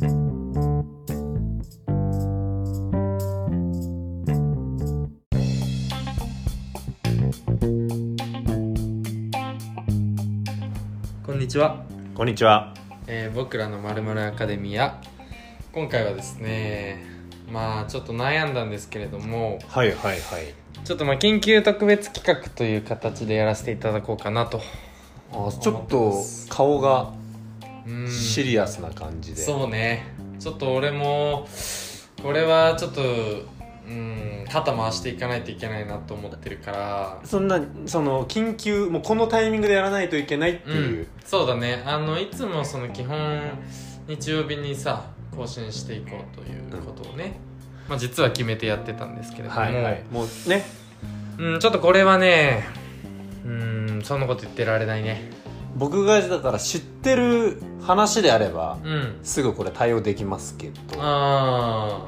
こんにちは。 こんにちは。 僕らの〇〇アカデミア、今回はですね、ちょっと悩んだんですけれども、 はいはいはい。 ちょっと緊急特別企画という形でやらせていただこうかなと。 ちょっと顔がシリアスな感じで。 そうね、ちょっと俺もこれはちょっと肩回していかないといけないなと思ってるから、 その緊急もうこのタイミングでやらないといけないっていう、 そうだね。いつも基本日曜日にさ更新していこうということをね、実は決めてやってたんですけれども、 はいはい、もうね、 ちょっとこれはね、そんなこと言ってられないね。 僕がだから知ってる話であれば、すぐこれ対応できますけど、 はい、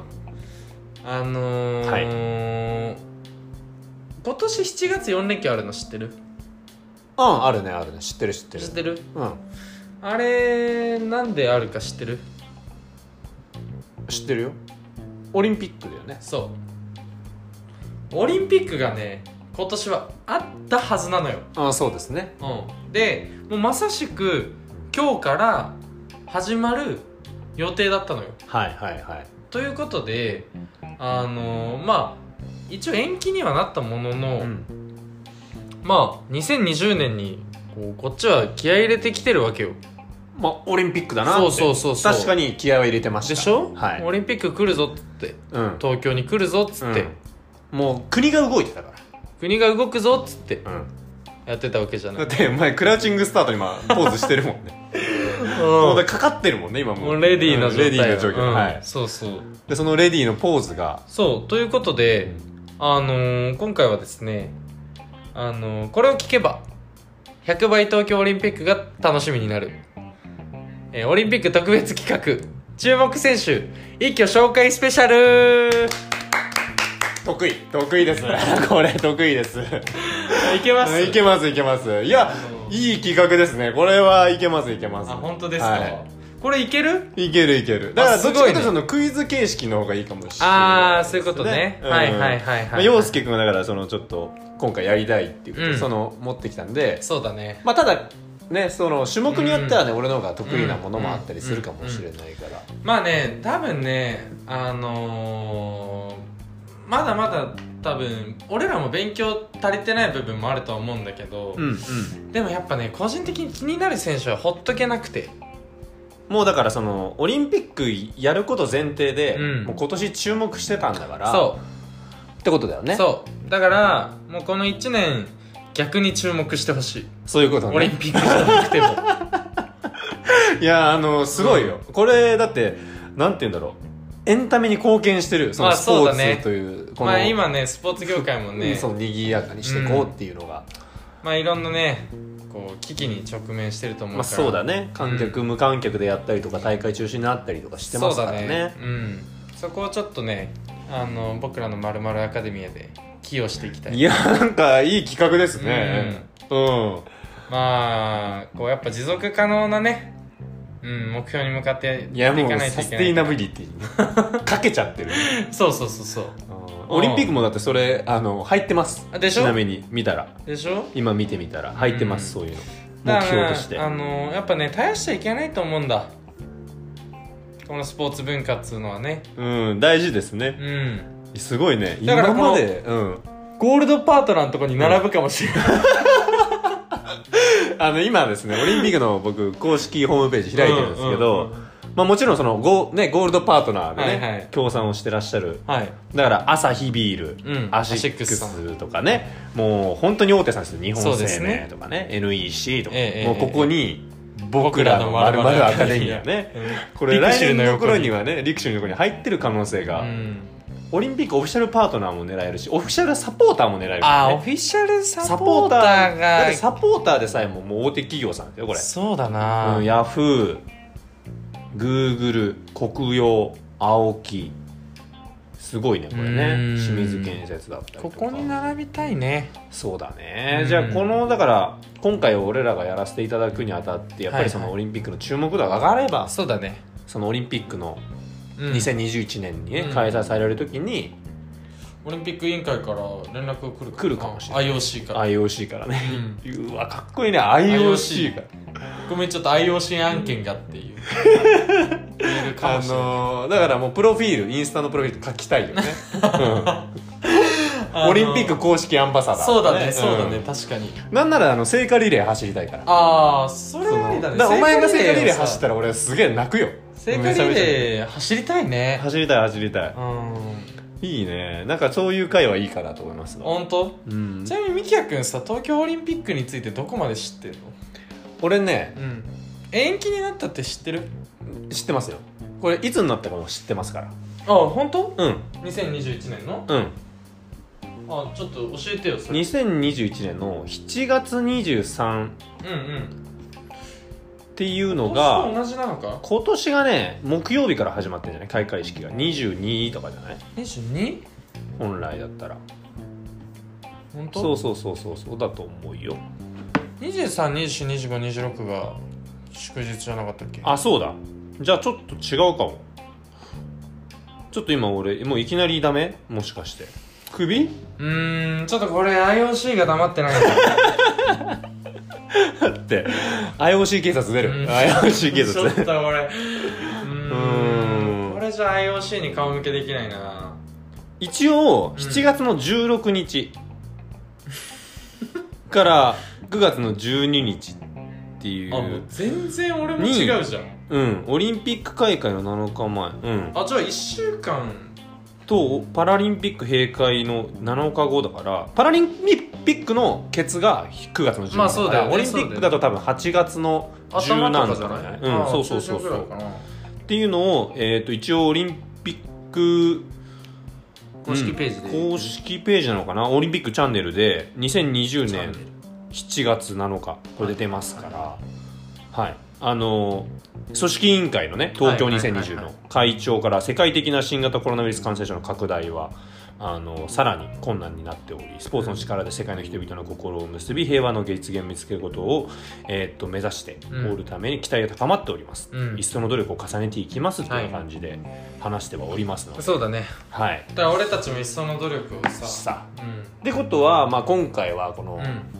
今年7月4連休あるの知ってる？ あるね知ってる。 知ってる？あれなんであるか知ってる？ 知ってるよ。オリンピックだよね。 そう、オリンピックがね今年はあったはずなのよ。 そうですね。 でもうまさしく今日から始まる予定だったのよ。 はいはいはい。 ということで一応延期にはなったものの、2020年にこっちは気合い入れてきてるわけよ。 オリンピックだなって。そう確かに気合は入れてましたでしょ、 はい、 オリンピック来るぞっつって、東京に来るぞっつって、 もう国が動いてたから、 国が動くぞっつって、やってたわけじゃない。 だってお前クラウチングスタートに今ポーズしてるもんねもうかかってるもんね今もうレディーな状態、 レディーな状況、はい、 そうそう。 でそのレディーのポーズがそうということで、今回はですね、これを聞けば100倍東京オリンピックが楽しみになる、オリンピック特別企画注目選手一挙紹介スペシャル。 得意ですこれ得意ですいけますいけますいや、いい企画ですね。これはいけます本当ですか、 はい、 これいけるだからどっちかというとそのクイズ形式の方がいいかもしれないですね。 そういうことね、はい陽介君はだからちょっと今回やりたいっていうこと、持ってきたんで、 そうだね。 ただね、その種目によってはね、俺の方が得意なものもあったりするかもしれないから、 多分ねまだまだ多分俺らも勉強足りてない部分もあるとは思うんだけど、でもやっぱね個人的に気になる選手はほっとけなくて、 もうだからオリンピックやること前提で、もう今年注目してたんだから、そうってことだよね。 そうだからもうこの1年逆に注目してほしい。 そういうことね。 オリンピックじゃなくてもいやすごいよ、これだってなんて言うんだろう、エンタメに貢献してる、そのスポーツという、この今ねスポーツ業界もね賑やかにしていこうっていうのが、 いろんなね危機に直面してると思うから、 そうだね、観客、無観客でやったりとか大会中止になったりとかしてますからね。 そこをちょっとね僕らの〇〇アカデミアで寄与していきたい。 いやなんかいい企画ですね。 やっぱ持続可能なね、目標に向かってやっていかないといけない。 サステイナビリティにかけちゃってるそうオリンピックもだってそれ入ってます。 でしょ、 ちなみに見たらでしょ、 今見てみたら入ってます、そういうの目標として。 やっぱね絶やしちゃいけないと思うんだ、このスポーツ文化っつうのはね。 大事ですね。すごいね。 だから今までゴールドパートナーのとこに並ぶかもしれない、 今ですねオリンピックの僕公式ホームページ開いてるんですけど、もちろんゴールドパートナーでね、協賛をしてらっしゃる、だからアサヒビール、アシックスとかね、もう本当に大手さんですよ。日本生命とかね、NEC とか、もうここに僕らの〇〇アカデミアね、これ来年の頃にはねリクシルの横に入ってる可能性が、オリンピックオフィシャルパートナーも狙えるし、オフィシャルサポーターも狙えるからね。 オフィシャルサポーターがだってサポーターでさえもう大手企業さんですよこれ。 そうだな、 ヤフー、グーグル、国用、青木、すごいねこれね。清水建設だったりとか、 ここに並びたいね。 そうだね。じゃあだから今回俺らがやらせていただくにあたってやっぱりそのオリンピックの注目度が上がれば、 そうだね、 そのオリンピックの2021年にね、開催される時にオリンピック委員会から連絡来るかもしれない。 IOC からね、うわかっこいいね IOC からごめんちょっと IOC 案件がっていうだからもうプロフィールインスタのプロフィール書きたいよね、オリンピック公式アンバサダー、 そうだねそうだね、確かに。 なんなら聖火リレー走りたいから。 ああそれはありだね。 お前が聖火リレー走ったら俺すげえ泣くよ。 聖火リレー走りたいね。 走りたい。いいね。なんかそういう会はいいかなと思います。 本当？ちなみにみきやくんさ、東京オリンピックについてどこまで知ってるの？ 俺ね、 延期になったって知ってる？ 知ってますよ。これいつになったかも知ってますから。 あ、本当？ うん。 2021年の？ うん。 あ、ちょっと教えてよそれ。 2021年の7月23っていうのが同じなのか？ 今年がね木曜日から始まってんじゃない？開会式が22とかじゃない？ 22？ 本来だったら。 本当？ そうだと思うよ。 23、24、25、26が祝日じゃなかったっけ？ あ、そうだ。じゃあちょっと違うかも。ちょっと今俺もういきなりダメ？もしかして首？ ちょっとこれ IOC が黙ってないだって IOC 警察出る、IOC 警察ちょっと俺これじゃ IOC に顔向けできないな。 一応7月の16日から9月の12日っていう、 あ、もう全然俺も違うじゃん。 オリンピック開会の7日前、 あ、じゃあ1週間とパラリンピック閉会の7日後だから、パラリンピックのケツが9月の10日だから、 そうだよね、 オリンピックだと多分8月の10何とかじゃない？そうっていうのを、一応オリンピック公式ページで、 公式ページなのかな、オリンピックチャンネルで2020年7月7日これで出ますから、はい、組織委員会のね東京2020の会長から世界的な新型コロナウイルス感染症の拡大はさらに困難になっており、スポーツの力で世界の人々の心を結び平和の実現を見つけることを、目指しておるために期待が高まっております、一層の努力を重ねていきますという感じで話してはおりますので、 そうだね、 はい、 だから俺たちも一層の努力をさ、 ってことは、まあ、今回はこの、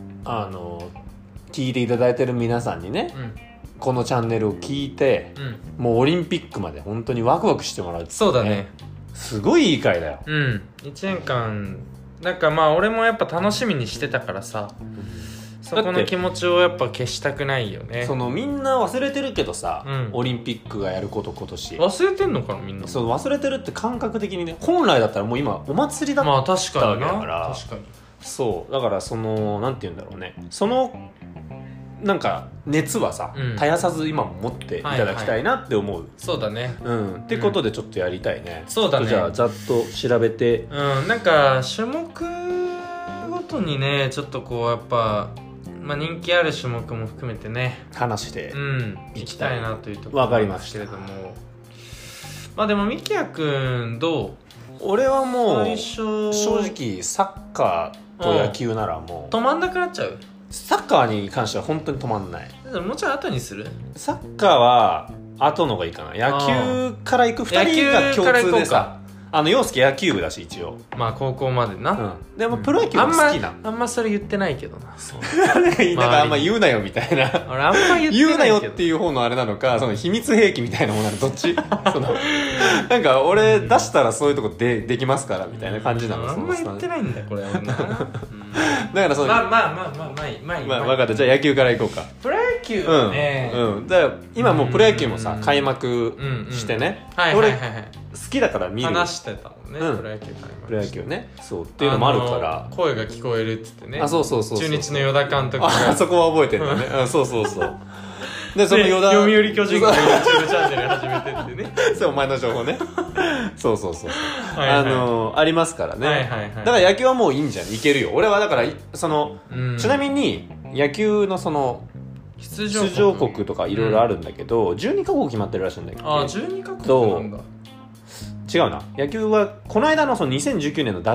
聞いていただいてる皆さんにね、このチャンネルを聞いて、もうオリンピックまで本当にワクワクしてもらう、ね、 そうだね、 すごいいい回だよ。 1年間なんかまあ俺もやっぱ楽しみにしてたからさ、そこの気持ちをやっぱ消したくないよね。 そのみんな忘れてるけどさ、オリンピックがやること今年忘れてんのかなみんな。 そう忘れてるって感覚的にね、本来だったらもう今お祭りだったわけだから、 まあ確かにそうだからそのなんて言うんだろうね、そのなんか熱はさ、絶やさず今も持っていただきたいなって思う、 そうだね、 ってことでちょっとやりたいね、 そうだね。 じゃあざっと調べて、 なんか種目ごとにねちょっとこうやっぱ、まあ、人気ある種目も含めてね話していきたいなというところなんですけれども、まあでもみきやくんどう？ 俺はもう正直サッカーと野球ならもう止まんなくなっちゃう。 サッカーに関しては本当に止まんない。 もうちょい後にする？ サッカーは後の方がいいかな。野球から行く2人が共通でさ、陽介野球部だし一応、 まあ高校までな、 でもプロ野球も好きな、 あんまそれ言ってないけどな。そうなんかあんま言うなよみたいな、 俺あんま言ってないけど言うなよっていう方のあれなのか、その秘密兵器みたいなものなのどっちそのなんか俺出したらそういうとこできますからみたいな感じなの。 あんま言ってないんだこれはなだからそのまあ分かった。じゃあ野球からいこうか。 プロ野球はね、 だから今もうプロ野球もさ開幕してね、俺好きだから見る。 話してたもんね、プロ野球開幕。 プロ野球ね、そうっていうのもあるから声が聞こえるっつってね。 あ、そう中日の与田監督がそこは覚えてるんだね。そうでその与田読売巨人が YouTube チャンネル始めてってねそうお前の情報ねそうありますからね、だから野球はもういいんじゃん、いけるよ俺は。だからその、ちなみに野球のその出場国とかいろいろあるんだけど、12カ国決まってるらしいんだけど、 12カ国なんだ。 違うな、野球はこの間のその2019年の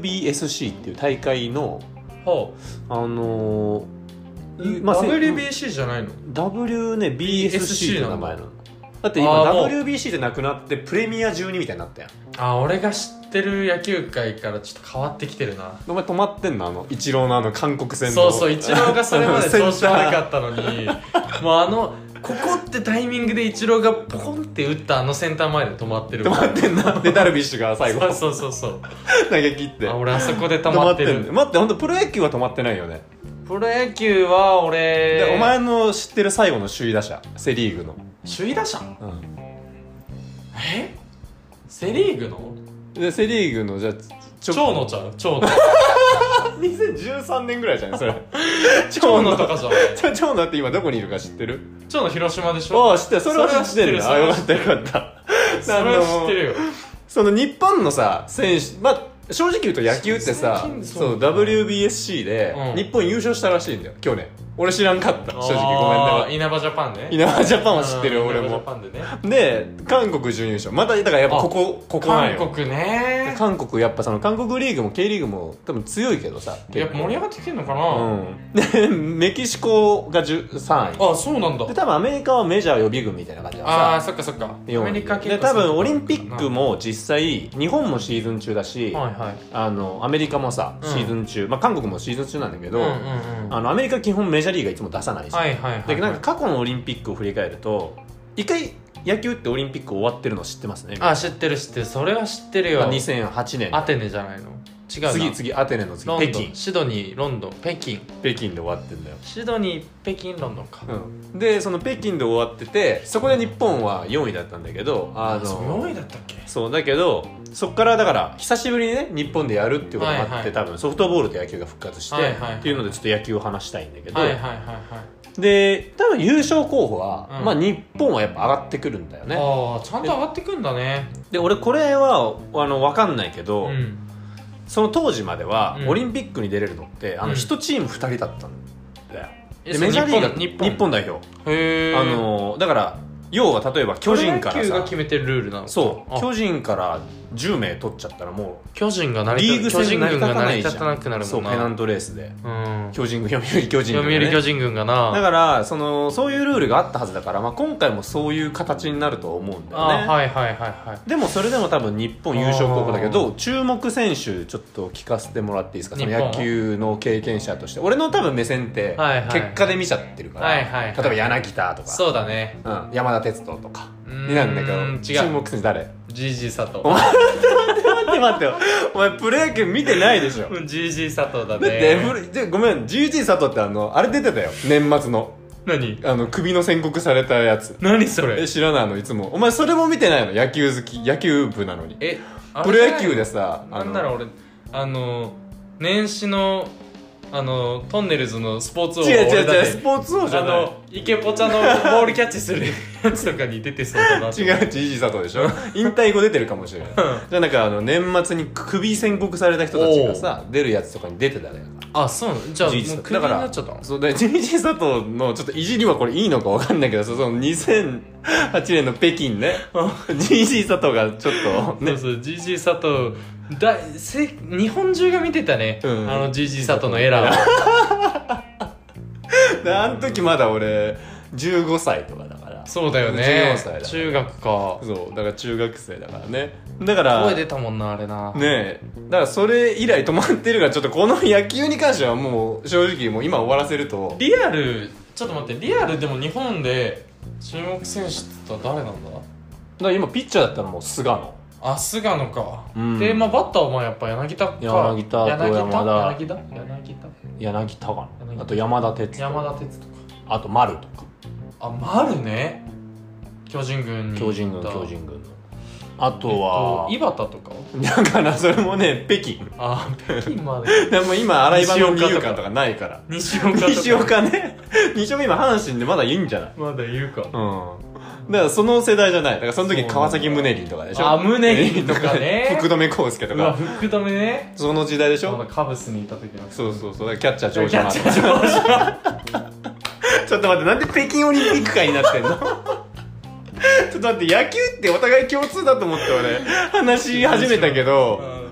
WBSC っていう大会の WBC じゃないの？ W ね BSC の名前なの。 だって今 WBC でなくなってプレミア12みたいになったやん。 俺が知ってる野球界からちょっと変わってきてるな。 お前止まってんのイチローの韓国戦の。そうイチローがそれまで調子悪かったのにもうここってタイミングでイチローがポコンって打ったセンター前で止まってる。 止まってんな。でダルビッシュが最後そう投げ切って。 俺あそこで止まってる。 待って、ほんとプロ野球は止まってないよね。 プロ野球は俺お前の知ってる最後の首位打者、セリーグの首位打者、セリーグのでセリーグのじゃあ長野ちゃう長野 2013年ぐらいじゃないそれ長野とかじゃない長野って今どこにいるか知ってる？ 長野広島でしょ。 知ってる。それは知ってる。よかったよかったそれは知ってるよ。 その日本のさ選手、正直言うと野球ってさ、そう WBSC で日本優勝したらしいんだよ去年。俺知らんかった正直。ごめんね。 稲葉ジャパンね。 稲葉ジャパンは知ってる俺も。で韓国準優勝。まただからやっぱここなんよ。 韓国ね。 韓国やっぱその韓国リーグも K リーグも多分強いけどさ、 やっぱ盛り上がってきてんのかな。 でメキシコが3位。 そうなんだ。で多分アメリカはメジャー予備軍みたいな感じでさ。 そっかそっか。アメリカで多分オリンピックも実際日本もシーズン中だし、アメリカもさシーズン中、韓国もシーズン中なんだけど、アメリカ基本メジャーリーグがいつも出さないし、でなんか過去のオリンピックを振り返ると一回野球ってオリンピック終わってるの知ってますね。 知ってるそれは知ってるよ。 2008年アテネじゃないの？違うな。 次アテネの次北京、 シドニー、ロンドン、北京で終わってんだよ。 シドニー、北京、ロンドンか。 でその北京で終わってて、そこで日本は4位だったんだけど、 4位だったっけ？ そうだけどそっからだから久しぶりにね日本でやるっていうことがあって、多分ソフトボールと野球が復活して、っていうのでちょっと野球を話したいんだけど、で多分優勝候補は、日本はやっぱ上がってくるんだよね。 ちゃんと上がってくんだね。 で俺これは分かんないけど、その当時まではオリンピックに出れるのって1チーム2人だったんだよ。でメジャーリーグ日本代表。だから要は例えば巨人からさ、 プロ野球が決めてるルールなの。 そう巨人から10名取っちゃったらもう巨人が成りリーグ戦成り立たないじゃん。 成り立たなくなるもんな。 そうペナントレースで、巨人軍、読売巨人軍がな。 だからそういうルールがあったはずだから、今回もそういう形になると思うんだよね。でもそれでも多分日本優勝候補だけど、注目選手ちょっと聞かせてもらっていいですか？その野球の経験者として。俺の多分目線って結果で見ちゃってるから、例えば柳田とか、 そうだね、 山田哲人とかになるんだけど、注目選手誰 ？GG 佐藤。 待ってよ、お前プロ野球見てないでしょ。 GG 佐藤だね。 だってごめん、GG 佐藤ってあれ出てたよ、年末の。 何？ 首の宣告されたやつ。 何それ？ 知らないの？いつもお前それも見てないの？野球好き、野球部なのに。プロ野球でさ、 なんなら俺年始のトンネルズのスポーツ王。 違うスポーツ王じゃない。 イケポチャのボールキャッチするやつとかに出てそうだな。 違う、GG 佐藤でしょ。引退後出てるかもしれない。じゃあなんか年末に首宣告された人たちがさ出るやつとかに出てたね。 そうなの？じゃあもうクビになっちゃったの？ そうで GG 佐藤のちょっといじりはこれいいのかわかんないけど、その2008年の北京ねGG 佐藤がちょっとね、 そう GG 佐藤日本中が見てたね、GG 佐藤のエラーであの時まだ俺15歳とかだから。 そうだよね、 14歳だ中学か。 そうだから中学生だからね。だから声出たもんなあれな。 ねえ、だからそれ以来止まってるから、ちょっとこの野球に関してはもう正直もう今終わらせると。 リアルちょっと待って、リアルでも日本で注目選手って言ったら誰なんだ？ だから今ピッチャーだったらもう菅野。 菅野か、でバッターはやっぱ柳田か。 柳田と山田。 柳田かな。あと山田哲人とか、あと丸とか。 丸ね、巨人軍の。 あとは井端とか。 だからそれもね北京。 北京まで。 でも今洗い場の二遊間とかないから。西岡ね。西岡今阪神でまだいいんじゃない？ まだいるか。 だからその世代じゃない。だからその時川崎宗麟とかでしょ。 宗麟とかね。 福留孝介とか。 福留ね。 その時代でしょ。 カブスにいた時の。 そうキャッチャー城島。ちょっと待って、なんで北京オリンピック会になってんの？ちょっと待って、野球ってお互い共通だと思って俺話し始めたけど、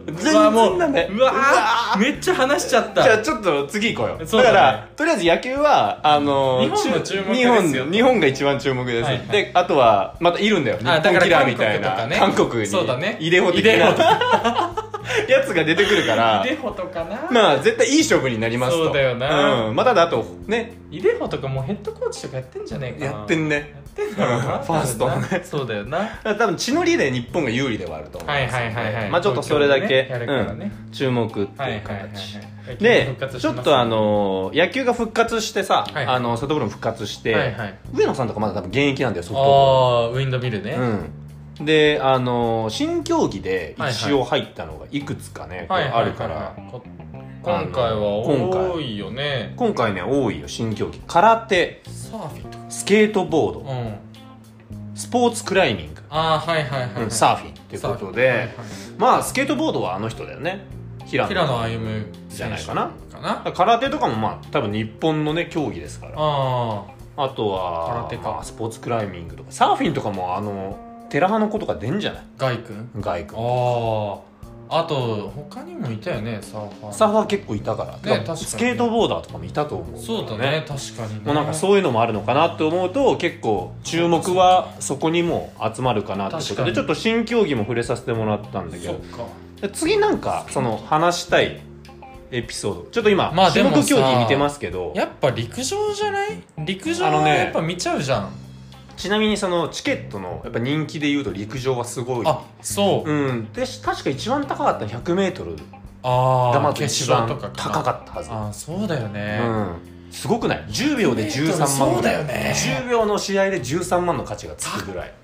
全然ダメ。 うわーめっちゃ話しちゃった。 じゃあちょっと次行こうよ。 そうだね、 だからとりあえず野球は日本の注目ですよ。 日本が一番注目です、はいはい、であとはまたいるんだよ、日本キラーみたいな韓国にそうだね、 イデホ的なやつが出てくるからイデホとかな、 まあ絶対いい勝負になりますと。 そうだよな、 まただとね、 イデホとかもうヘッドコーチとかやってんじゃねえかな。 やってんね、 ファーストのね。 そうだよな。 多分血のりで日本が有利ではあると思うんですよね。 はいはいはいはい。 まあちょっとそれだけ、 ね、 注目っていう形で、ちょっと野球が復活してさ、ソフトボールも復活して、上野さんとかまだ多分現役なんだよ、ソフトボール。 ウィンドミルね。 で新競技で一応入ったのがいくつかねあるから、 今回は多いよね。 今回ね多いよ、新競技。空手、 サーフィンとか、 スケートボード、スポーツクライミング、 はいはいはい、 サーフィンっていうことで、まあスケートボードはあの人だよね、平野歩夢じゃないかな。空手とかもまあ多分日本のね競技ですから。あとは空手スポーツクライミングとかサーフィンとかも寺派の子とか出んじゃない？ガイ君。あと他にもいたよね、サーファー結構いたからね。確かにスケートボーダーとかもいたと思う。 そうだね、確かにね。 もうなんかそういうのもあるのかなって思うと、結構注目はそこにも集まるかなってことで、ちょっと新競技も触れさせてもらったんだけど、次なんかその話したいエピソード、ちょっと今種目競技見てますけど、 やっぱ陸上じゃない？陸上はやっぱ見ちゃうじゃん。 ちなみにそのチケットのやっぱ人気でいうと陸上はすごい。 そうで確か一番高かったの 100m がまず一番高かったはず。 そうだよね、 すごくない？ 10 秒で13万。 そうだよね、 10秒の試合で13万の価値がつくぐらい。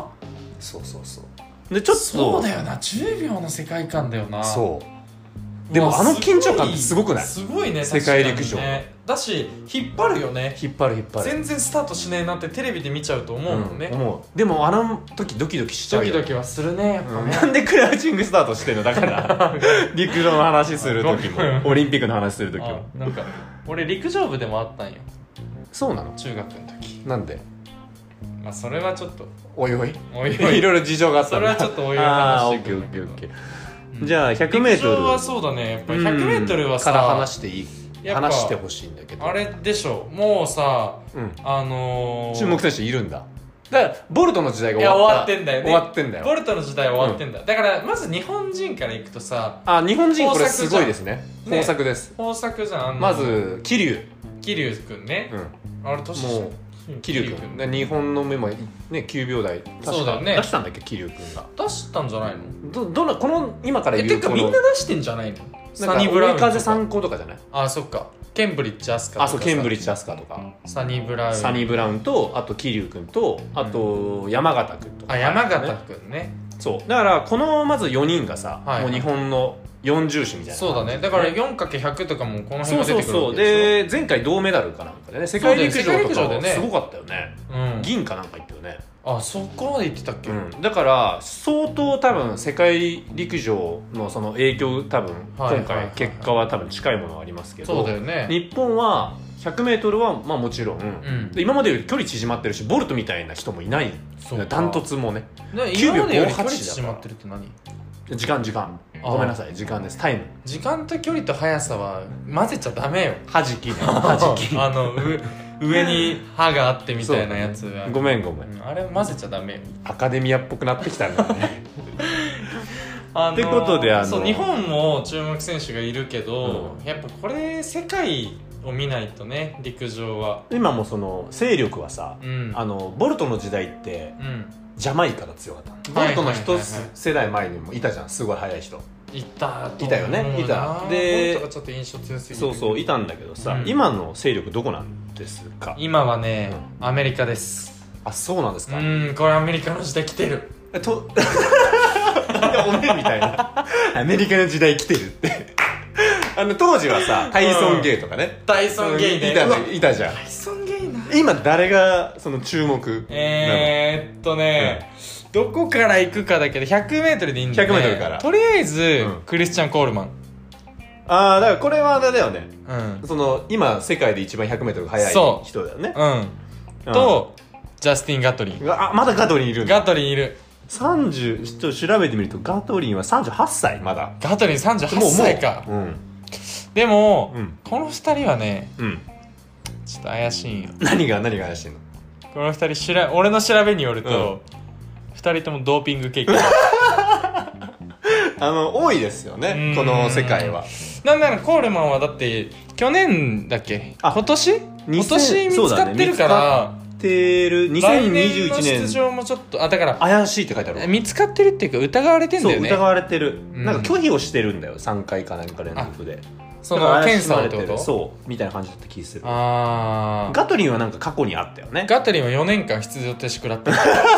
そうでちょっとそうだよな、10秒の世界観だよな。 でも緊張感ってすごくない？ すごいね、 世界陸上だし引っ張るよね。 引っ張る全然スタートしねえなってテレビで見ちゃうと思うもんね。 でもあの時ドキドキしちゃうよ。 ドキドキはするね、やっぱね。 なんでクラウチングスタートしてんの？だから陸上の話する時もオリンピックの話する時も。 なんか俺陸上部でもあったんよ。 そうなの？ 中学の時。 なんで？ まあそれはちょっとおいいろいろ事情があった。 それはちょっとおいおい話してくる。 オッケー。じゃあ 100m 陸上はそうだね、やっぱ 100m はさから話してほしいんだけど、 あれでしょ、もうさ、 注目選手いるんだ。だからボルトの時代が終わってんだよね。終わってんだよ。 ボルトの時代終わってんだ。だからまず日本人からいくとさ、 日本人これすごいですね。豊作です。 豊作じゃん。 まず桐生くんね。あれ年下。 桐生くん日本のメモね9秒台そうだね出したんだっけ、桐生くんが出したんじゃないの？ どんなこの今から言うてかみんな出してんじゃないの？ サニブラウン、追い風参考とかじゃない？ そっか、ケンブリッジアスカとか。 そうケンブリッジアスカとかサニブラウンと、あと桐生くんと、あと山形くんとか。 山形くんね。 そうだからこのまず4人がさ、もう日本の四重視みたいな。 そうだね、だから 4×100 とかもこの辺が出てくるわけで前回銅メダルかなんかでね、世界陸上とかすごかったよね。銀かなんか言ったよね。 そこまで言ってたっけ？ だから相当多分世界陸上のその影響、多分今回結果は多分近いものはありますけど、 そうだよね。 日本は 100m はまあもちろん、今までより距離縮まってるし、ボルトみたいな人もいない。ダントツもね 9秒58だから。縮まってるって何？ 時間ごめんなさい、時間です。タイム。 時間と距離と速さは混ぜちゃダメよ。 弾き上に歯があってみたいなやつはごめんあれ混ぜちゃダメよ。 アカデミアっぽくなってきたんだね。ってことでそう日本も注目選手がいるけど、やっぱこれ世界を見ないとね、陸上は。 今もその勢力はさ、ボルトの時代って、ジャマイカが強かった。ボルトの一世代前にもいたじゃん、すごい速い人。いたよね。いた。 でボルトがちょっと印象強すぎる。 そういたんだけどさ、今の勢力どこなんですか？ 今はね、アメリカです。 そうなんですか？ これアメリカの時代来てる。 おめえみたいな。アメリカの時代来てるって当時はさ、タイソン・ゲイとかね。 タイソン・ゲイね。 いたじゃん。 タイソン・ゲイな。 今誰がその注目？ どこから行くかだけど 100m でいいんだよね。 100m からとりあえず、クリスチャン・コールマン。 だからこれはあれだよね。その今世界で一番 100m が速い人だよね。 とジャスティン・ガトリン。 まだガトリンいるんだ。 ガトリンいる。 30ちょっと調べてみるとガトリンは38歳まだ。 ガトリン38歳か。でも、この2人はね、ちょっと怪しいんよ。 何が怪しいの？ この2人俺の調べによると、2人ともドーピング経験多いですよね、この世界は。 なんならコールマンはだって去年だっけ、今年見つかってるから、2021年出場もちょっとだから怪しいって書いてある。 見つかってるっていうか疑われてんだよね。 そう疑われてる、なんか拒否をしてるんだよ、3回か何か連続で。 その検査をってこと？ そうみたいな感じだった気する。ガトリンはなんか過去にあったよね。 ガトリンは4年間出場停止食らってる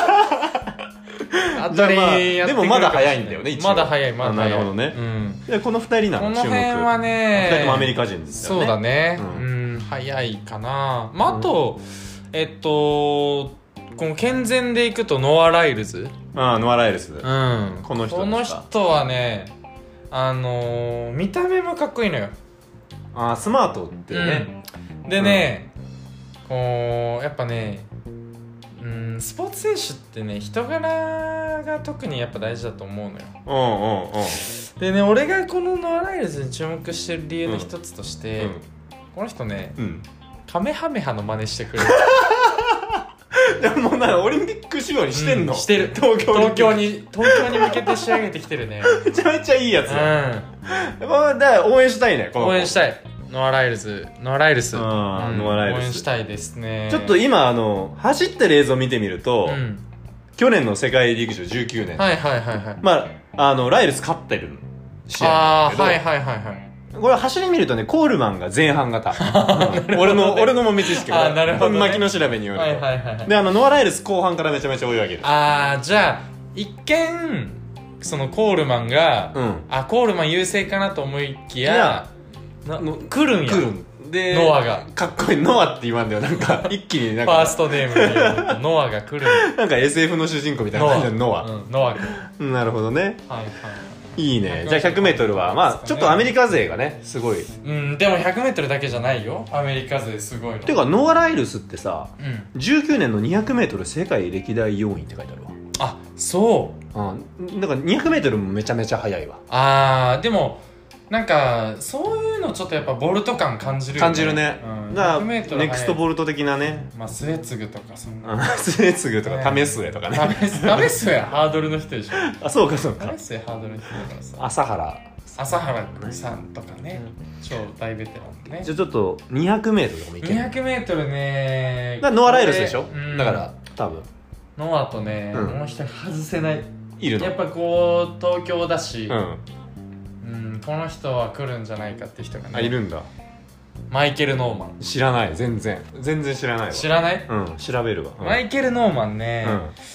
でもまだ早いんだよね。 まだ早い。 なるほどね。この2人なの。 この辺はね、 2人ともアメリカ人ですよね。 そうだね。早いかな。あとこの健全でいくとノア・ライルズ。 ノア・ライルズ。この人はね、見た目もかっこいいのよ。 スマートってね。 でね、こうやっぱね、スポーツ選手ってね、人柄が特にやっぱ大事だと思うのよ。でね、俺がこのノア・ライルズに注目してる理由の一つとして、この人ね、カメハメハの真似してくれる。 でももうオリンピック仕様にしてんの？ してる。東京に向けて仕上げてきてるね。 めちゃめちゃいいやつ。だから応援したいね。 応援したい。ノア・ライルス。応援したいですね。 ちょっと今走ってる映像見てみると、去年の世界陸上19年、ライルス勝ってる試合なんだけど、これ走り見るとね、コールマンが前半型。俺の豆知識が巻きの調べによると。でノア・ライルス後半からめちゃめちゃ追い上げる。 じゃあ一見そのコールマンが、コールマン優勢かなと思いきや来るんや。でノアがかっこいい。ノアって言わんだよ。なんか一気になんかファーストネームに言うとノアが来る。 なんか SF の主人公みたいな感じでノア。 ノア君。 なるほどね。いいね。じゃあ 100m はちょっとアメリカ勢がねすごい。 でも 100m だけじゃないよ、アメリカ勢すごいの。 てかノア・ライルスってさ、19年の 200m 世界歴代4位って書いてあるわ。 そう。 だから 200m もめちゃめちゃ速いわ。 でもなんかそういうのちょっとやっぱボルト感感じるよね。 感じるね。だからネクストボルト的なね。 スエツグとかそんな。 スエツグとかタメスエとかね。 タメスエはハードルの人でしょ。 そうか。 タメスエハードルの人だからさ。 朝原さんとかね、超大ベテランね。 じゃあちょっと 200m でもいける。 200m ね。 ノア・ライルスでしょ。だから多分ノアとね、もう一人外せない。 いるの。 やっぱこう東京だし、この人は来るんじゃないかって人がね。 いるんだ。 マイケル・ノーマン。 知らない。全然知らないわ。 知らない？ 調べるわ。 マイケル・ノーマンね、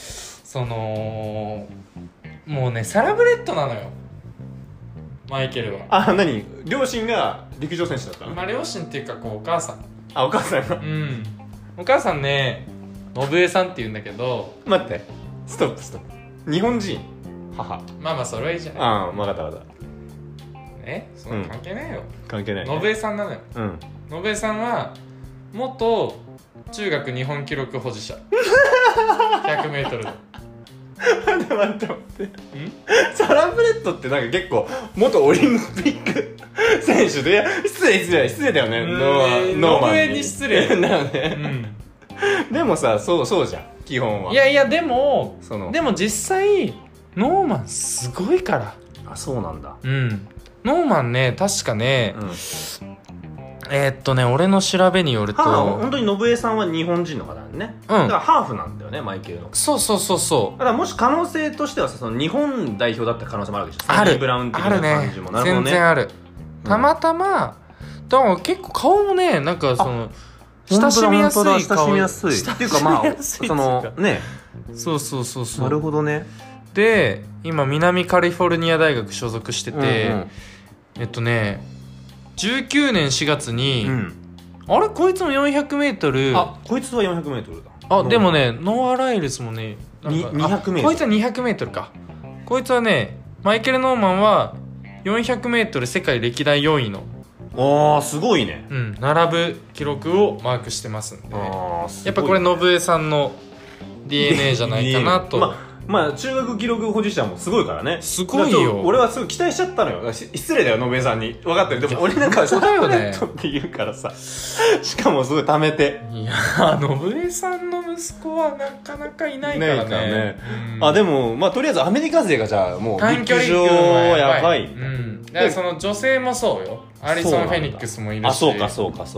もうねサラブレッドなのよ、マイケルは。 何？両親が陸上選手だったの？ 両親っていうかお母さん。 お母さんが。 お母さんね、信江さんって言うんだけど。 待って、ストップ。日本人母。 それはいいじゃない。分かった。 そんな関係ないよ。 関係ない。 信江さんなのよ。信江さんは元中学日本記録保持者。100m で。 待って。サラブレッドってなんか結構元オリンピック選手で、失礼だよね。 ノーマンに失礼だよね。でもさ、そうじゃん基本は。 いやでも実際ノーマンすごいから。 そうなんだ。 ノーマンね、確かね、俺の調べによると、 本当に信江さんは日本人の方なんね。だからハーフなんだよね、マイケルの。 そう。 だからもし可能性としてはさ、その日本代表だった可能性もあるわけじゃん。 ある。 ブラウン的な感じも。なるほどね。 全然ある。たまたま、だから結構顔もね、なんか親しみやすい顔。 親しみやすい。っていうかね。 そう。 なるほどね。 で、今南カリフォルニア大学所属してて、19年4月に、こいつも 400m。 こいつは 400m だ。 でもね、ノア・ライルスもね、 200m。 こいつは 200m か。こいつはね、マイケル・ノーマンは 400m 世界歴代4位の。 すごいね。 並ぶ記録をマークしてますんで。やっぱこれ信江さんの DNA じゃないかなと。 まあ中学記録保持者もすごいからね。 すごいよ。 俺はすごい期待しちゃったのよ。失礼だよ野部さんに。分かってる。でも俺なんかそうだよねって言うからさ、しかもすごい貯めて。 いや信江さんの息子はなかなかいないからね。 あでもまあとりあえずアメリカ勢がじゃあもう短距離陸上やばい。 だからその女性もそうよ。アリソン・フェニックスもいるし。 そうか。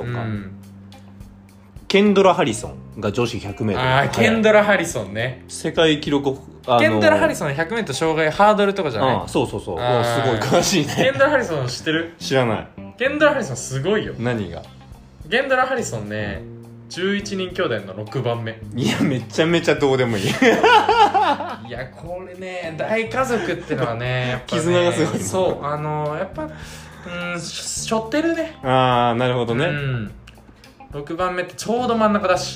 ケンドラ・ハリソンが女子 100m。 ああケンドラ・ハリソンね。 世界記録ケンドラ・ハリソン 100m 障害ハードルとかじゃない？ そうすごい詳しいね。 ケンドラ・ハリソン知ってる？ 知らない。 ケンドラ・ハリソンすごいよ。 何が？ ケンドラ・ハリソンね11人兄弟の6番目。 いやめちゃめちゃどうでもいい。いやこれね大家族ってのはねやっぱね絆がすごい。 そうやっぱしょってるね。 ああなるほどね。 6番目ってちょうど真ん中だし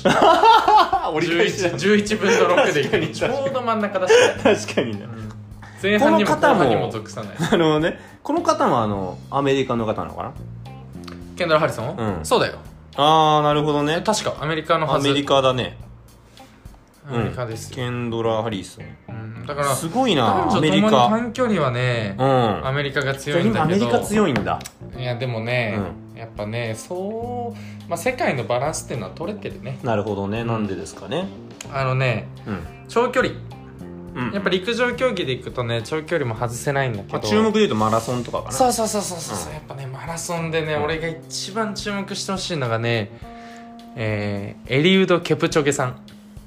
11分の6でいくちょうど真ん中だし、 確かにね、 前半にも後半にも属さない。 なるほどね。この方もアメリカの方なのかな？ ケンドラ・ハリソン？そうだよ。 ああなるほどね。 確かアメリカのはず。 アメリカだね。 アメリカですよ。 ケンドラ・ハリソン。だからすごいな。 男女ともに短距離はねアメリカが強いんだけど。 アメリカ強いんだ。 いやでもねやっぱね世界のバランスっていうのは取れてるね。 なるほどね。なんでですかね。 長距離やっぱ陸上競技でいくとね長距離も外せないんだけど、 注目でいうとマラソンとかかな。 そうやっぱねマラソンでね俺が一番注目してほしいのがねエリウド・ケプチョゲさん。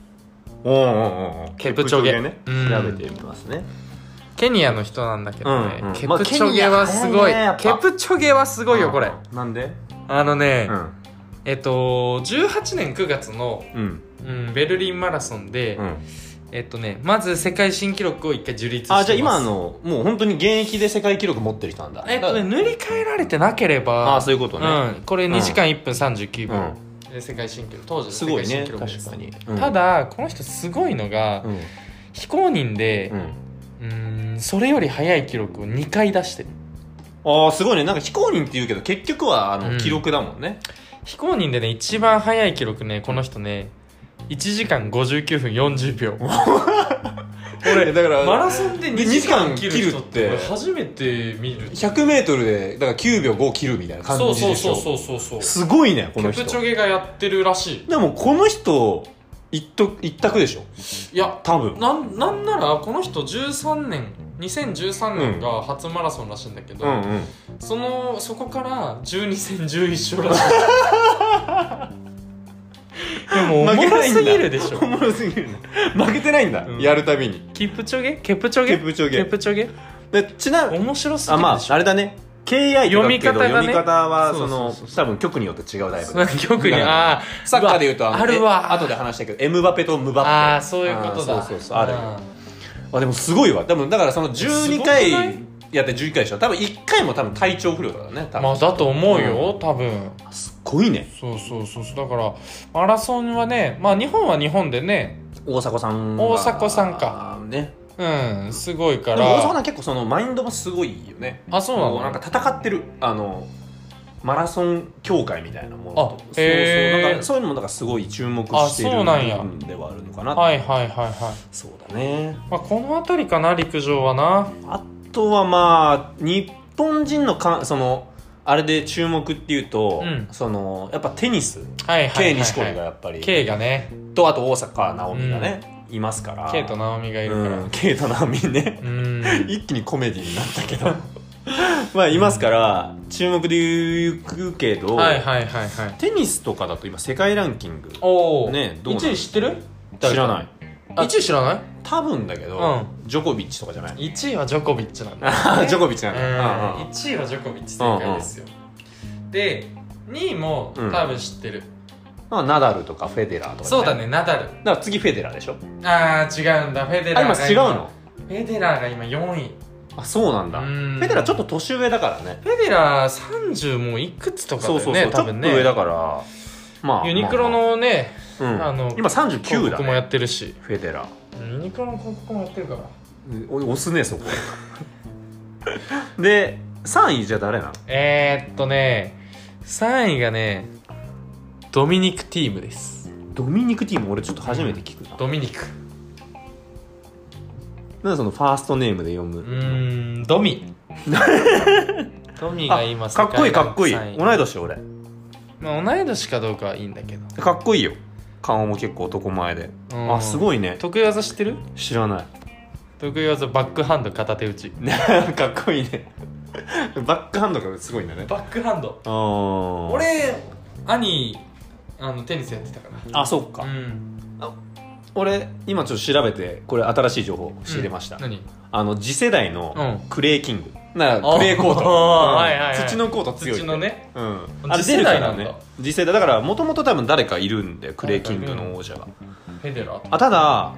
ケプチョゲね。 調べてみますね。 ケニアの人なんだけどね、ケプチョゲはすごい。ケプチョゲはすごいよこれ。 なんで 18年9月のベルリンマラソンでまず世界新記録を1回樹立してます。 じゃあ今もう本当に現役で世界記録持ってる人なんだ。 塗り替えられてなければそういうことね。 これ2時間1分39秒で世界新記録、当時の世界新記録です。 すごいね。確かに。ただこの人すごいのが非公認でそれより速い記録を2回出してる。 すごいね。なんか非公認って言うけど結局は記録だもんね。 非公認でね一番速い記録ねこの人ね1時間59分40秒。俺だからマラソンで2時間切る人って初めて見る。 100m でだから9秒5切るみたいな感じでしょ。そうすごいねこの人。 ケプチョゲがやってるらしい。 でもこの人一択でしょ。 いや多分なんならこの人2013年が初マラソンらしいんだけど、そこから12戦11勝らしい。でもおもろすぎるでしょ。 おもろすぎるね。負けてないんだ、やるたびに。 ケプチョゲでちなみに面白すぎるでしょ。 あれだね KI とかけど読み方は多分局によって違うタイプ。 局にサッカーでいうとあるわ。 後で話したけどエムバペとムバッペ。 そういうことだ。 ある。でもすごいわ。多分だからその12回やって11回でしょ。多分1回も体調不良だね。 だと思うよ多分。 すっごいね。 そうだからマラソンはね日本は日本でね大迫さんかねすごいから。 でも大迫さん結構そのマインドもすごいよね。 そうなの。 なんか戦ってるマラソン協会みたいなものとそういうのもだからすごい注目してる部分ではあるのかな。 はいそうだね。 この辺りかな陸上はな。 あとは日本人のあれで注目っていうとやっぱテニス K 錦織がやっぱり K がねとあと大坂なおみがねいますから。 K となおみがいるから K となおみね一気にコメディになったけどいますから注目でいくけどテニスとかだと今世界ランキングね 1位知ってる？ 知らない。 1位知らない？ 多分だけどジョコビッチとかじゃない？ 1位はジョコビッチなんだ。 ジョコビッチなんだ。 1位はジョコビッチ正解ですよ。で2位も多分知ってる。 ナダルとかフェデラーとか。 そうだねナダル。 だから次フェデラーでしょ。 違うんだ。フェデラーが今違うの？ フェデラーが今4位。 そうなんだ。フェデラーちょっと年上だからね。 フェデラー30もういくつとかだよね。多分ねちょっと上だからユニクロのね今39だね。 広告もやってるしフェデラーユニクロの広告もやってるから押すねそこで3位じゃ誰なの ？3位がねドミニク・ティームです。 ドミニク・ティーム俺ちょっと初めて聞くな。 ドミニクなんでそのファーストネームで読む？ ドミドミが今かっこいいかっこいい。同い年俺。 まあ同い年かどうかはいいんだけど、 かっこいいよ。顔も結構男前で。あ、すごいね。 得意技知ってる？ 知らない。 得意技バックハンド片手打ちかっこいいね。バックハンドがすごいんだね。 バックハンド。俺兄テニスやってたから。 あ、そっか。俺今ちょっと調べてこれ新しい情報仕入れました。 何？ 次世代のクレーキング、クレーコート、土のコート強い、 土のね、 次世代なんだ。次世代だからもともと多分誰かいるんで、クレーキングの王者が。 フェデラー。 ただ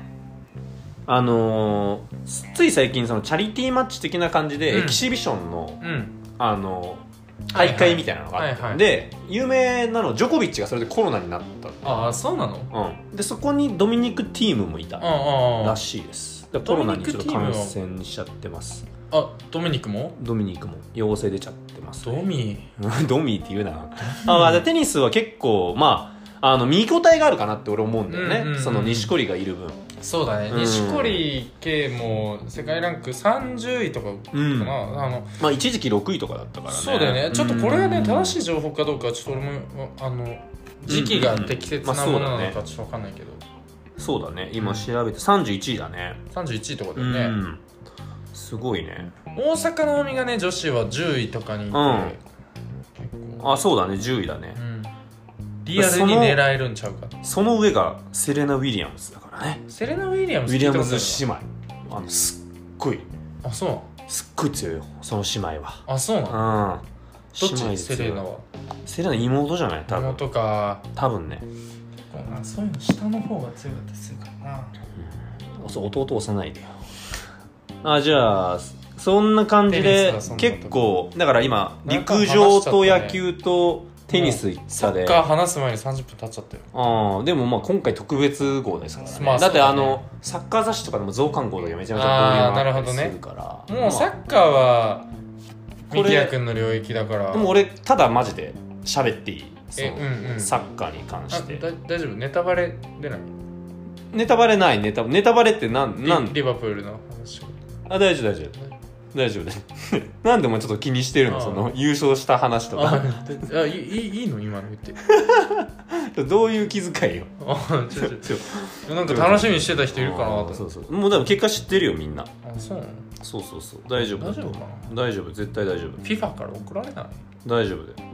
つい最近そのチャリティーマッチ的な感じでエキシビションの大会みたいなのがあって、で有名なのジョコビッチがそれでコロナになった。 ああ、そうなの？ でそこにドミニク・ティームもいたらしいです。コロナにちょっと感染しちゃってます。 ドミニクも陽性出ちゃってます、 ね、 ドミって言うな。テニスは結構見応えがあるかなって俺思うんだよね、その錦織がいる分。 そうだね、錦織圭も世界ランク30位とかかな、 一時期6位とかだったからね。 そうだよね。ちょっとこれがね正しい情報かどうかちょっと俺も時期が適切なものなのかちょっと分かんないけど、 そうだね、今調べて31位だね。 31位とかだよね、 すごいね。 大坂なおみがね女子は10位とかにいて、 そうだね、10位だね、 リアルに狙えるんちゃうか。 その上がセレナ・ウィリアムズだからね。 セレナ・ウィリアムズ姉妹すっごい、 そうなの？ すっごい強いよその姉妹は。 そうなの？どっち？ セレナ妹じゃない？多分妹か。 多分ね。 そういうの下の方が強かったりするからな。 弟押さないでよ。じゃあそんな感じで結構だから今陸上と野球とテニス行ったで、 サッカー話す前に30分経っちゃったよ。 でも今回特別号ですからね。だってサッカー雑誌とかでも増刊号とかめちゃめちゃなるほどね。もうサッカーはミキヤ君の領域だから。 でも俺ただマジで喋っていい？サッカーに関して大丈夫？ネタバレ出ない？ ネタバレない。ネタバレってリバプールの話。 大丈夫なんでもちょっと気にしてるの？その優勝した話とか。 いいの今の言ってどういう気遣いよ。 なんか楽しみにしてた人いるかなと。 そうもうでも結果知ってるよみんな。 そうなの？ そう大丈夫かな。大丈夫、絶対大丈夫。 FIFA から送られない？ 大丈夫だよ。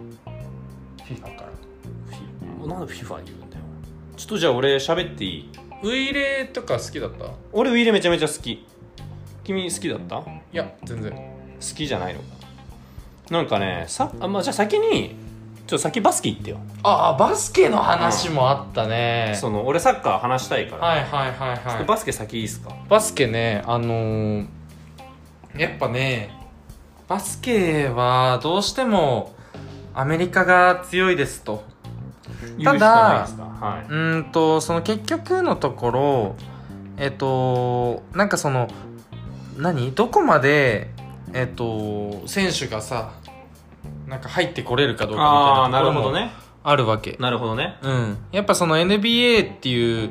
FIFA からなんで FIFA 言うんだよ。ちょっとじゃあ俺喋っていい？ ウイイレとか好きだった？ 俺ウイイレめちゃめちゃ好き。君好きだった？いや全然好きじゃないのか。なんかねじゃあ先バスケ行ってよ。 バスケの話もあったね。 俺サッカー話したいから。 はいバスケ先いいっすか？ バスケねやっぱねバスケはどうしてもアメリカが強いですと。ただその結局のところなんかどこまで選手がさなんか入ってこれるかどうかみたいなところもあるわけ。 なるほどね。 やっぱその NBA っていう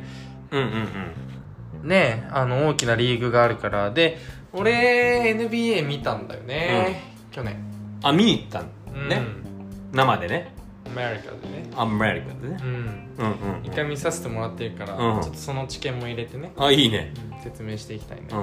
ね大きなリーグがあるから。で俺 NBA 見たんだよね、去年。 見に行ったんね、生でね。 アメリカでね。一回見させてもらってるから、ちょっとその知見も入れてね。 いいね。 説明していきたいね。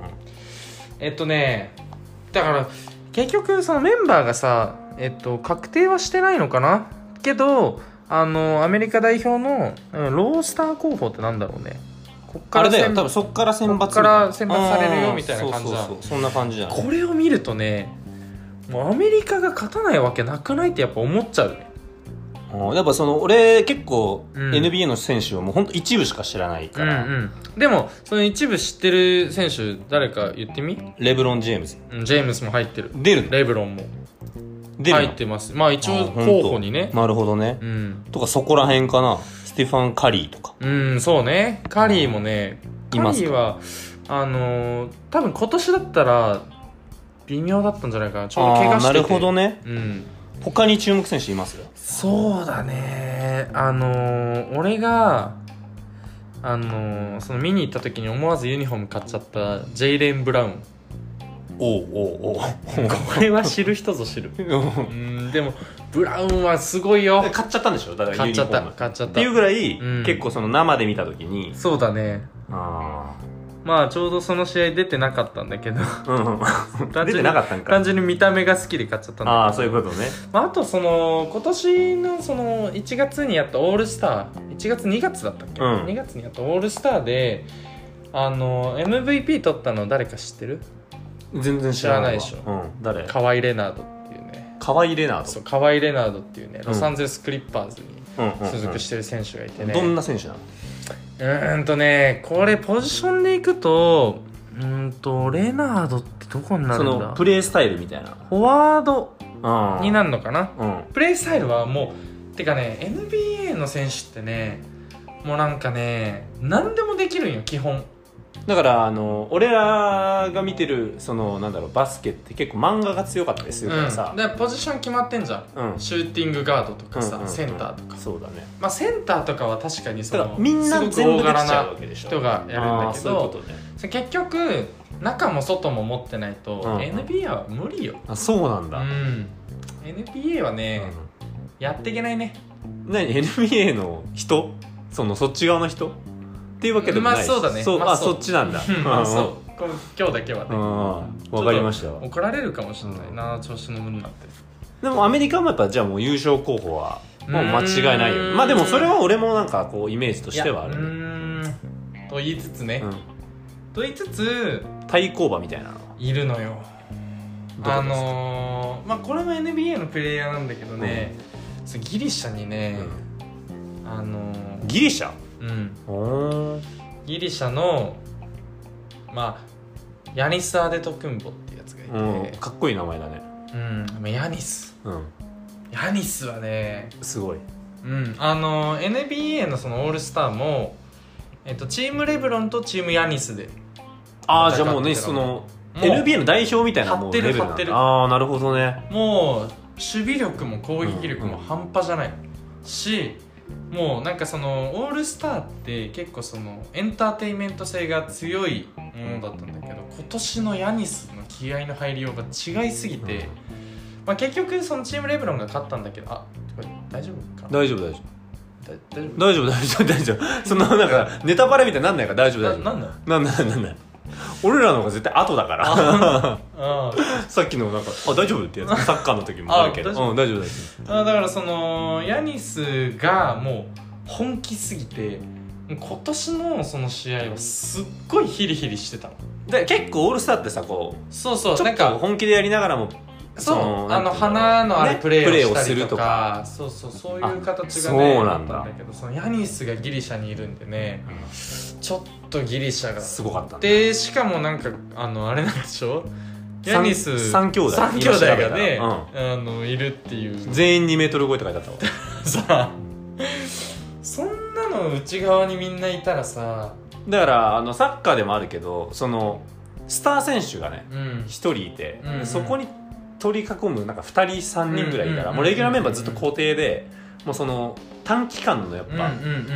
だから結局そのメンバーがさ確定はしてないのかなけどアメリカ代表のロースター候補ってなんだろうね。 あれだよ、多分そっから選抜されるよみたいな感じだ。 そんな感じじゃん。 これを見るとね、もうアメリカが勝たないわけなくないってやっぱ思っちゃうね。 やっぱ俺結構 NBA の選手はもうほんと一部しか知らないから、 でもその一部知ってる選手誰か言ってみ。 レブロン・ジェームズ。 ジェームスも入ってる。 出るの？ レブロンも入ってます。一応候補にね。 なるほどね。とかそこら辺かな。ステファン・カリーとか。 そうね。カリーもね、カリーは多分今年だったら微妙だったんじゃないかな。ちょうど怪我してて。 なるほどね。他に注目選手います？ そうだね。俺がその見に行った時に思わずユニフォーム買っちゃったジェイレン・ブラウン。 おうこれは知る人ぞ知るでもブラウンはすごいよ。 買っちゃったんでしょ。だから買っちゃったっていうぐらい、結構その生で見た時に。 そうだね。まあちょうどその試合出てなかったんだけど出てなかったんか。 単純に見た目が好きで買っちゃったんだけど。 そういうことね。 あとその今年のその1月にやったオールスター、1月2月だったっけ、2月にやったオールスターでMVP 取ったの誰か知ってる？ 全然知らないでしょ。 誰？ カワイ・レナードっていうね。 カワイ・レナード。 そう、カワイ・レナードっていうね、ロサンゼルス・クリッパーズに所属してる選手がいてね。 どんな選手なの？ これポジションでいくとレナードってどこになるんだ。 そのプレースタイルみたいな。 フォワードになるのかな。プレースタイルはもうてかね、 NBA の選手ってね、もうなんかね何でもできるんよ基本。 だから俺らが見てるそのなんだろう、バスケって結構漫画が強かったりするからさ、 でポジション決まってんじゃん、シューティングガードとかさ、センターとか。 そうだね。 まあセンターとかは確かにそのみんなすごく大柄な人がやるんだけど、結局中も外も持ってないと NBA は無理よ。 そうなんだ。 NBA はね、やっていけないね。 何 NBA の人？そっち側の人？っていうわけでもないし。 そうだね。 そっちなんだ。 そう今日だけはね。 わかりました。 怒られるかもしれないな、調子の分になって。 でもアメリカもやっぱじゃあもう優勝候補はもう間違いないよ。まあでもそれは俺もなんかこうイメージとしてはある。 と言いつつね。と言いつつ対抗馬みたいなのいるのよ。まあこれも NBA のプレイヤーなんだけどね、ギリシャにね、 ギリシャ？ ギリシャのまあヤニス・アデトクンボっていうやつがいて、 かっこいい名前だね。 ヤニスはねすごい。 NBA のそのオールスターもチームレブロンとチームヤニスで。 じゃあもうね、その NBA の代表みたいなもうレベルなんだ。なるほどね。 もう守備力も攻撃力も半端じゃないし、もうなんかそのオールスターって結構そのエンターテインメント性が強いものだったんだけど、今年のヤニスの気合の入りようが違いすぎて、まあ結局そのチームレブロンが勝ったんだけど、大丈夫かな。 大丈夫そんななんかネタバレみたいになんないから大丈夫。なんだ俺らの方が絶対後だからさっきのなんか大丈夫ってやつサッカーの時もあるけど大丈夫だからそのヤニスがもう本気すぎて、今年のその試合はすっごいヒリヒリしてたので、結構オールスターってさこうそうちょっと本気でやりながらも花のあるプレーをしたりとか、そういう形がねあったんだけど、そのヤニスがギリシャにいるんでね、ちょっとギリシャがすごかったで、しかもなんかあれなんでしょ、ヤニス 3兄弟がね、いるっていう、 全員2メートル超えって書いてあったわさあそんなの内側にみんないたらさ、 だからサッカーでもあるけど、そのスター選手がね1人いて、そこに取り囲むなんか2人3人ぐらいいたら、もうレギュラーメンバーずっと固定で、もうその短期間のやっぱ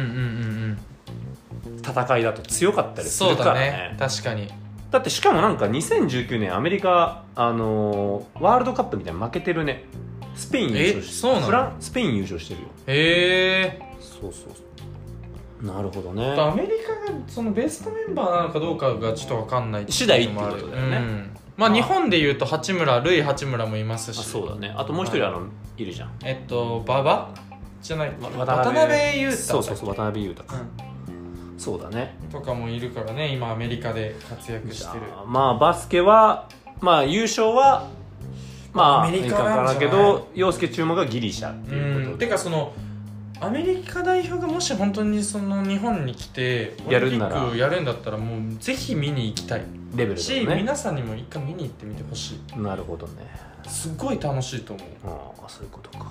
戦いだと強かったりするからね。 確かに。 だってしかもなんか2019年アメリカワールドカップみたいに負けてるね。スペイン優勝してスペイン優勝してるよ。 へえ。 そうなるほどね。 アメリカがそのベストメンバーなのかどうかがちょっと分かんない次第ってことだよね。 まあ日本でいうとルイ八村もいますし、 そうだね。あともう一人いるじゃん。 馬場じゃない、渡辺裕太。 そう渡辺裕太か。そうだね。 とかもいるからね、今アメリカで活躍してる。 まあバスケはまあ優勝はまあアメリカなんだけど、陽介注目がギリシャっていうことで。 てかそのアメリカ代表がもし本当にその日本に来てオリンピックやるんだったら、もうぜひ見に行きたいレベルだね。 し、皆さんにも一回見に行ってみてほしい。 なるほどね。 すごい楽しいと思う。 そういうことか。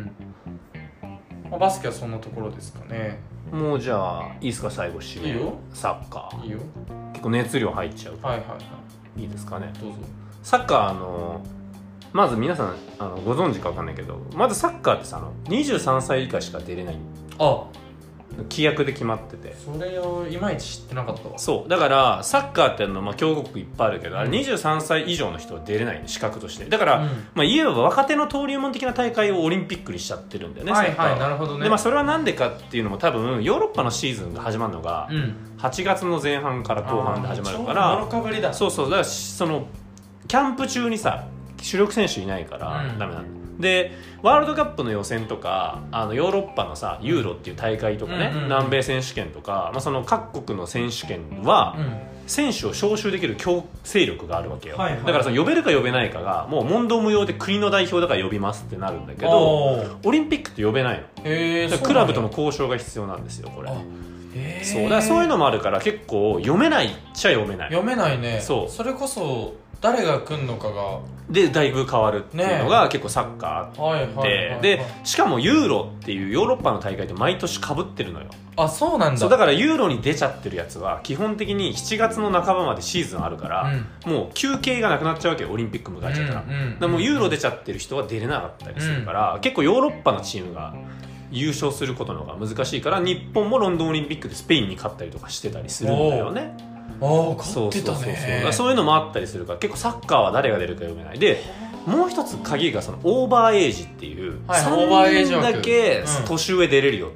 バスケはそんなところですかね。 もうじゃあいいですか、最後締め。いいよ。サッカー。いいよ。結構熱量入っちゃう。いいですかね。 どうぞ。 サッカーまず皆さんご存知か分かんないけど、まずサッカーってさ23歳以下しか出れない。 規約で決まってて、 それをいまいち知ってなかったわ。 そうだからサッカーっていうのは強豪国いっぱいあるけど、あれ23歳以上の人は出れない資格として、だから、いわば若手の登竜門的な大会をオリンピックにしちゃってるんだよね。 はいはい、なるほどね。 で、それはなんでかっていうのも多分ヨーロッパのシーズンが始まるのが8月の前半から後半で始まるから、そうそう、だからそのキャンプ中にさ主力選手いないからダメなんだ、でワールドカップの予選とかヨーロッパのさユーロっていう大会とかね、南米選手権とか、その各国の選手権は、選手を招集できる強勢力があるわけよ、だからその呼べるか呼べないかがもう問答無用で国の代表だから呼びますってなるんだけど、オリンピックって呼べないの。クラブとの交渉が必要なんですよこれ。そうだからそういうのもあるから結構読めないっちゃ読めない。 読めないね。 そう、 それこそ誰が来んのかがでだいぶ変わるっていうのが結構サッカーあって、でしかもユーロっていうヨーロッパの大会って毎年被ってるのよ。 あ、そうなんだ。 そうだからユーロに出ちゃってるやつは基本的に7月の半ばまでシーズンあるから、もう休憩がなくなっちゃうわけよオリンピック迎えちゃったら、だからもうユーロ出ちゃってる人は出れなかったりするから、結構ヨーロッパのチームが優勝することの方が難しいから、日本もロンドンオリンピックでスペインに勝ったりとかしてたりするんだよね。 勝ってたね。 そういうのもあったりするから結構サッカーは誰が出るか読めないで、もう一つ鍵がそのオーバーエイジっていう3人だけ年上出れるよっていう、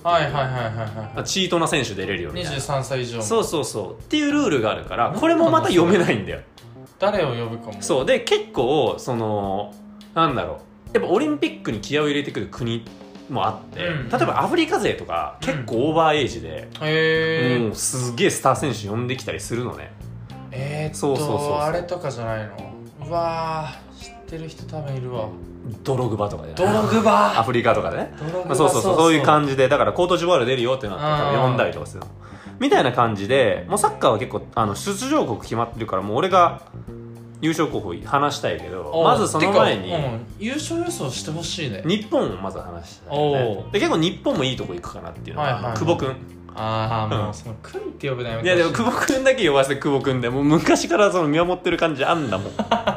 チートな選手出れるよみたいな、 23歳以上、 そうっていうルールがあるから、これもまた読めないんだよ。 誰を呼ぶかも。 そうで結構そのなんだろう、やっぱオリンピックに気合を入れてくる国もあって、例えばアフリカ勢とか結構オーバーエイジで、もうすげえスター選手呼んできたりするのね。そうあれとかじゃないの。うわー、知ってる人多分いるわ。 ドログバとかで、 ドログバアフリカとかでね、そういう感じで、だからコートジボワール出るよってなって多分呼んだりとかするのみたいな感じで、もうサッカーは結構出場国決まってるから、もう俺が優勝候補話したいけど、まずその前に、 優勝予想してほしいね。 日本をまず話したい、ね、で結構日本もいいとこ行くかなっていうのが、久保君。 もうその君って呼ぶなよ。 いやでも久保君だけ呼ばせて久保君で、もう昔からその見守ってる感じあんだもん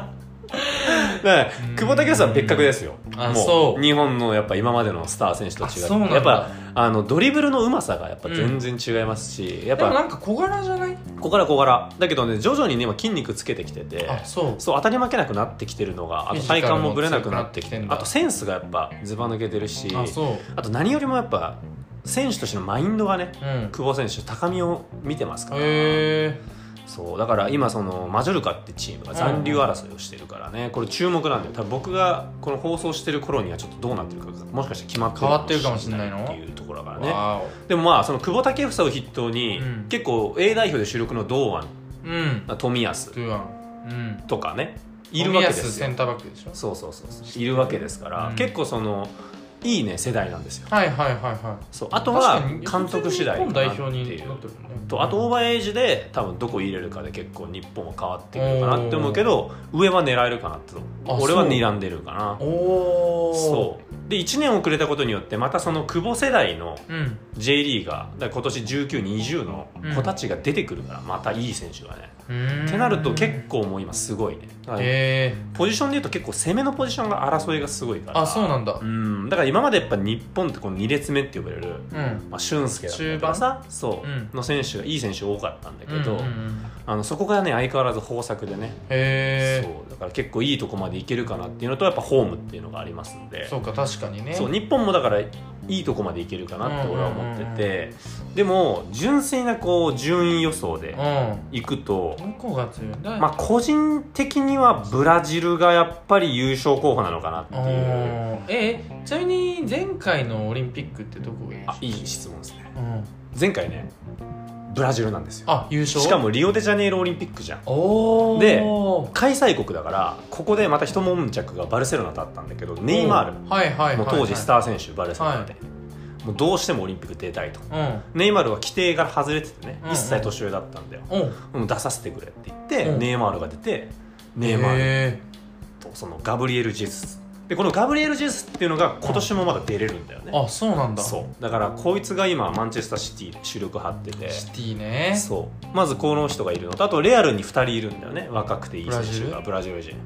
久保建英は別格ですよ。もう日本のやっぱ今までのスター選手と違って、やっぱドリブルのうまさがやっぱ全然違いますし、やっぱでもなんか小柄じゃない？ 小柄だけどね、徐々にね今筋肉つけてきてて、そう当たり負けなくなってきてるのが、あと体幹もぶれなくなってきて、あとセンスがやっぱずば抜けてるし、あと何よりもやっぱ選手としてのマインドがね、久保選手高みを見てますから。そうだから今そのマジョルカってチームが残留争いをしてるからね、これ注目なんだよ。多分僕がこの放送してる頃にはちょっとどうなってるか、もしかして決まってるかもしれないっていうところだからね。でもその久保建英を筆頭に、結構 A 代表で主力の堂安、冨安とかねいるわけですよ。 センターバックでしょ。 そういるわけですから、結構そのいいね世代なんですよ。そうあとは監督次第日本代表になってるね。 あとオーバーエイジで多分どこ入れるかで結構日本は変わってくるかなって思うけど、上は狙えるかなって俺は睨んでるかな。そうで1年遅れたことによってまたその久保世代の J リーガー、だから今年19、20の子たちが出てくるから、またいい選手がね。ってなると結構もう今すごいね。ポジションでいうと結構攻めのポジションが争いがすごいから。 そうなんだ。 だから今までやっぱ日本ってこの2列目って呼ばれる、俊介だったりとかさ、の選手がいい選手多かったんだけど、そこがね相変わらず豊作でね。そうだから結構いいとこまでいけるかなっていうのと、やっぱホームっていうのがありますんで。 そうか、確かにね。 そう日本もだからいいとこまでいけるかなって俺は思ってて、でも純粋なこう順位予想でいくと、 どこが強いんだ。 個人的にはブラジルがやっぱり優勝候補なのかなっていう。 ちなみに前回のオリンピックってどこが優勝？ いい質問ですね。前回ねブラジルなんですよ。 優勝。 しかもリオデジャネイロオリンピックじゃん。で開催国だから、ここでまた一悶着がバルセロナとあったんだけど、ネイマールも当時スター選手バルセロナで、もうどうしてもオリンピック出たいと、ネイマールは規定から外れててね、一切年上だったんだよ。出させてくれって言って、ネイマールが出て、ネイマールとそのガブリエル・ジェズスで、このガブリエル・ジェズスっていうのが今年もまだ出れるんだよね。 そうなんだ。 そうだからこいつが今マンチェスターシティで主力張ってて。 シティね。 そうまずこの人がいるのと、あとレアルに2人いるんだよね、若くていい選手が、ブラジル人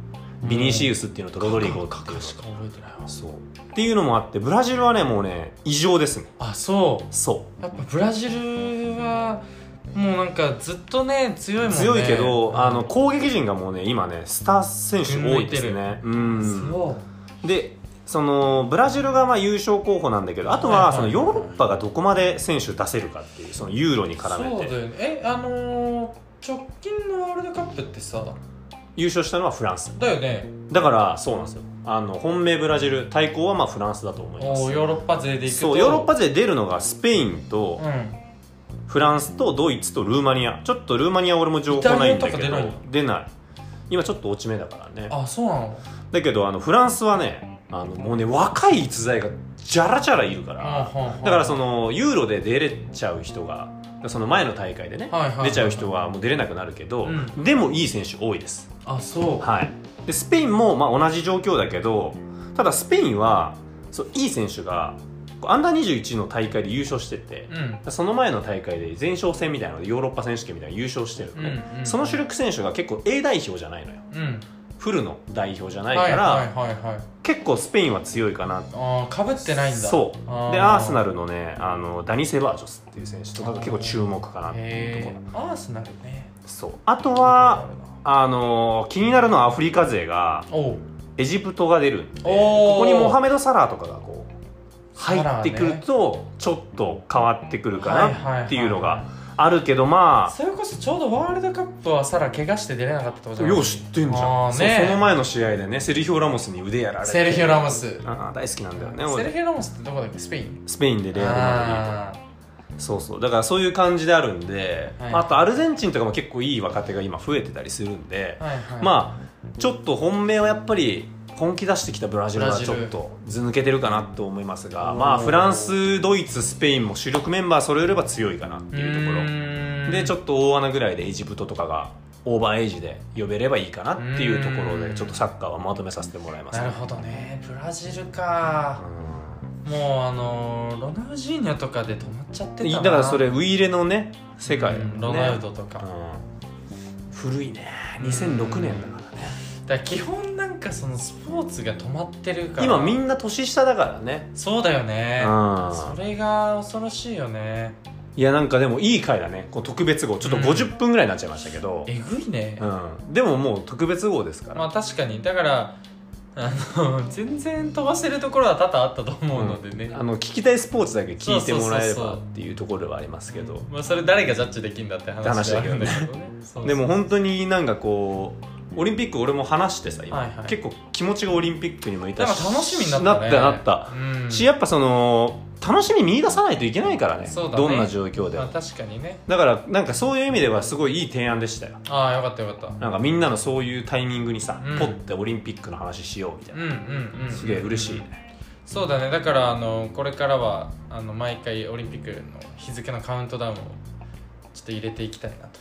ビニシウスっていうのとロドリゴっていうのしか覚えてないわ。 そうっていうのもあって、ブラジルはねもうね異常ですね。 そうやっぱブラジルはもうなんかずっとね強いもんね。 強いけど、攻撃陣がもうね今ねスター選手多いですね。そうでそのブラジルがまあ優勝候補なんだけど、あとはそのヨーロッパがどこまで選手出せるかっていう、そのユーロに絡めて。 そうだよね。直近のワールドカップってさ、 優勝したのはフランスだよね。 だからそうなんですよ。本命ブラジル、対抗はまあフランスだと思います。 ヨーロッパ勢でいくと、 そうヨーロッパ勢出るのがスペインと、フランスとドイツとルーマニア。ちょっとルーマニア俺も情報ないんだけど出ない。今ちょっと落ち目だからね。 あ、そうなの。 だけどフランスはねもうね若い逸材がじゃらじゃらいるから、だからそのユーロで出れちゃう人が、その前の大会でね、出ちゃう人はもう出れなくなるけど、でもいい選手多いです。 あ、そう。 はい。でスペインもまあ同じ状況だけど、ただスペインはそういい選手がアンダー21の大会で優勝してて、その前の大会で前哨戦みたいなのでヨーロッパ選手権みたいなの優勝してるのね、その主力選手が結構 A 代表じゃないのよ、フルの代表じゃないから、結構スペインは強いかな。 かぶってないんだ。 そうでアーセナルのねダニ・セバージョスっていう選手とかが結構注目かなっていうところ。 アーセナルね。 そうあとは気になるのはアフリカ勢がエジプトが出るんで、ここにモハメド・サラーとかがこう入ってくるとちょっと変わってくるかなっていうのがあるけど、まあそれこそちょうどワールドカップはサラ怪我して出れなかったってことじゃない。 よう知ってんじゃん、その前の試合でねセルヒオ・ラモスに腕やられて。 セルヒオ・ラモス大好きなんだよね。 セルヒオ・ラモスってどこだっけ。スペインでレアル・マドリード。そうだからそういう感じであるんで、あとアルゼンチンとかも結構いい若手が今増えてたりするんで、まあちょっと本命はやっぱり本気出してきたブラジルはちょっとず抜けてるかなと思いますが、まあフランス、ドイツ、スペインも主力メンバー揃えれば強いかなっていうところで、ちょっと大穴ぐらいでエジプトとかがオーバーエイジで呼べればいいかなっていうところで、ちょっとサッカーはまとめさせてもらいます。 なるほどね。ブラジルか。もうロナウジーニョとかで止まっちゃってたな。 だからそれウイイレのね世界、 ロナウドとか、 古いね。2006年だからね。 だから基本なんかそのスポーツが止まってるから、 今みんな年下だからね。 そうだよね、それが恐ろしいよね。 いやなんかでもいい回だね。こう特別号ちょっと50分ぐらいになっちゃいましたけど、 えぐいね。 でももう特別号ですから。 まあ確かに。だから全然飛ばせるところは多々あったと思うのでね、 聞きたいスポーツだけ聞いてもらえればっていうところではありますけど、 まあそれ誰がジャッジできるんだって話ではあるんだけどね。 でも本当になんかこうオリンピック俺も話してさ今、結構気持ちがオリンピックに向いたし、 楽しみになったね。 なったし、やっぱその楽しみ見出さないといけないからね、どんな状況でも。 確かにね。だからなんかそういう意味ではすごいいい提案でしたよ。 ああよかったよかった。 なんかみんなのそういうタイミングにさ、ポッてオリンピックの話しようみたいな、すげえ嬉しいね。 そうだね。だからこれからは毎回オリンピックの日付のカウントダウンをちょっと入れていきたいなと。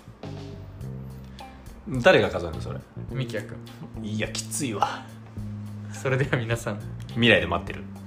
誰が数えるのそれ。 みきやくん。 いやきついわ。 それでは皆さん未来で待ってる。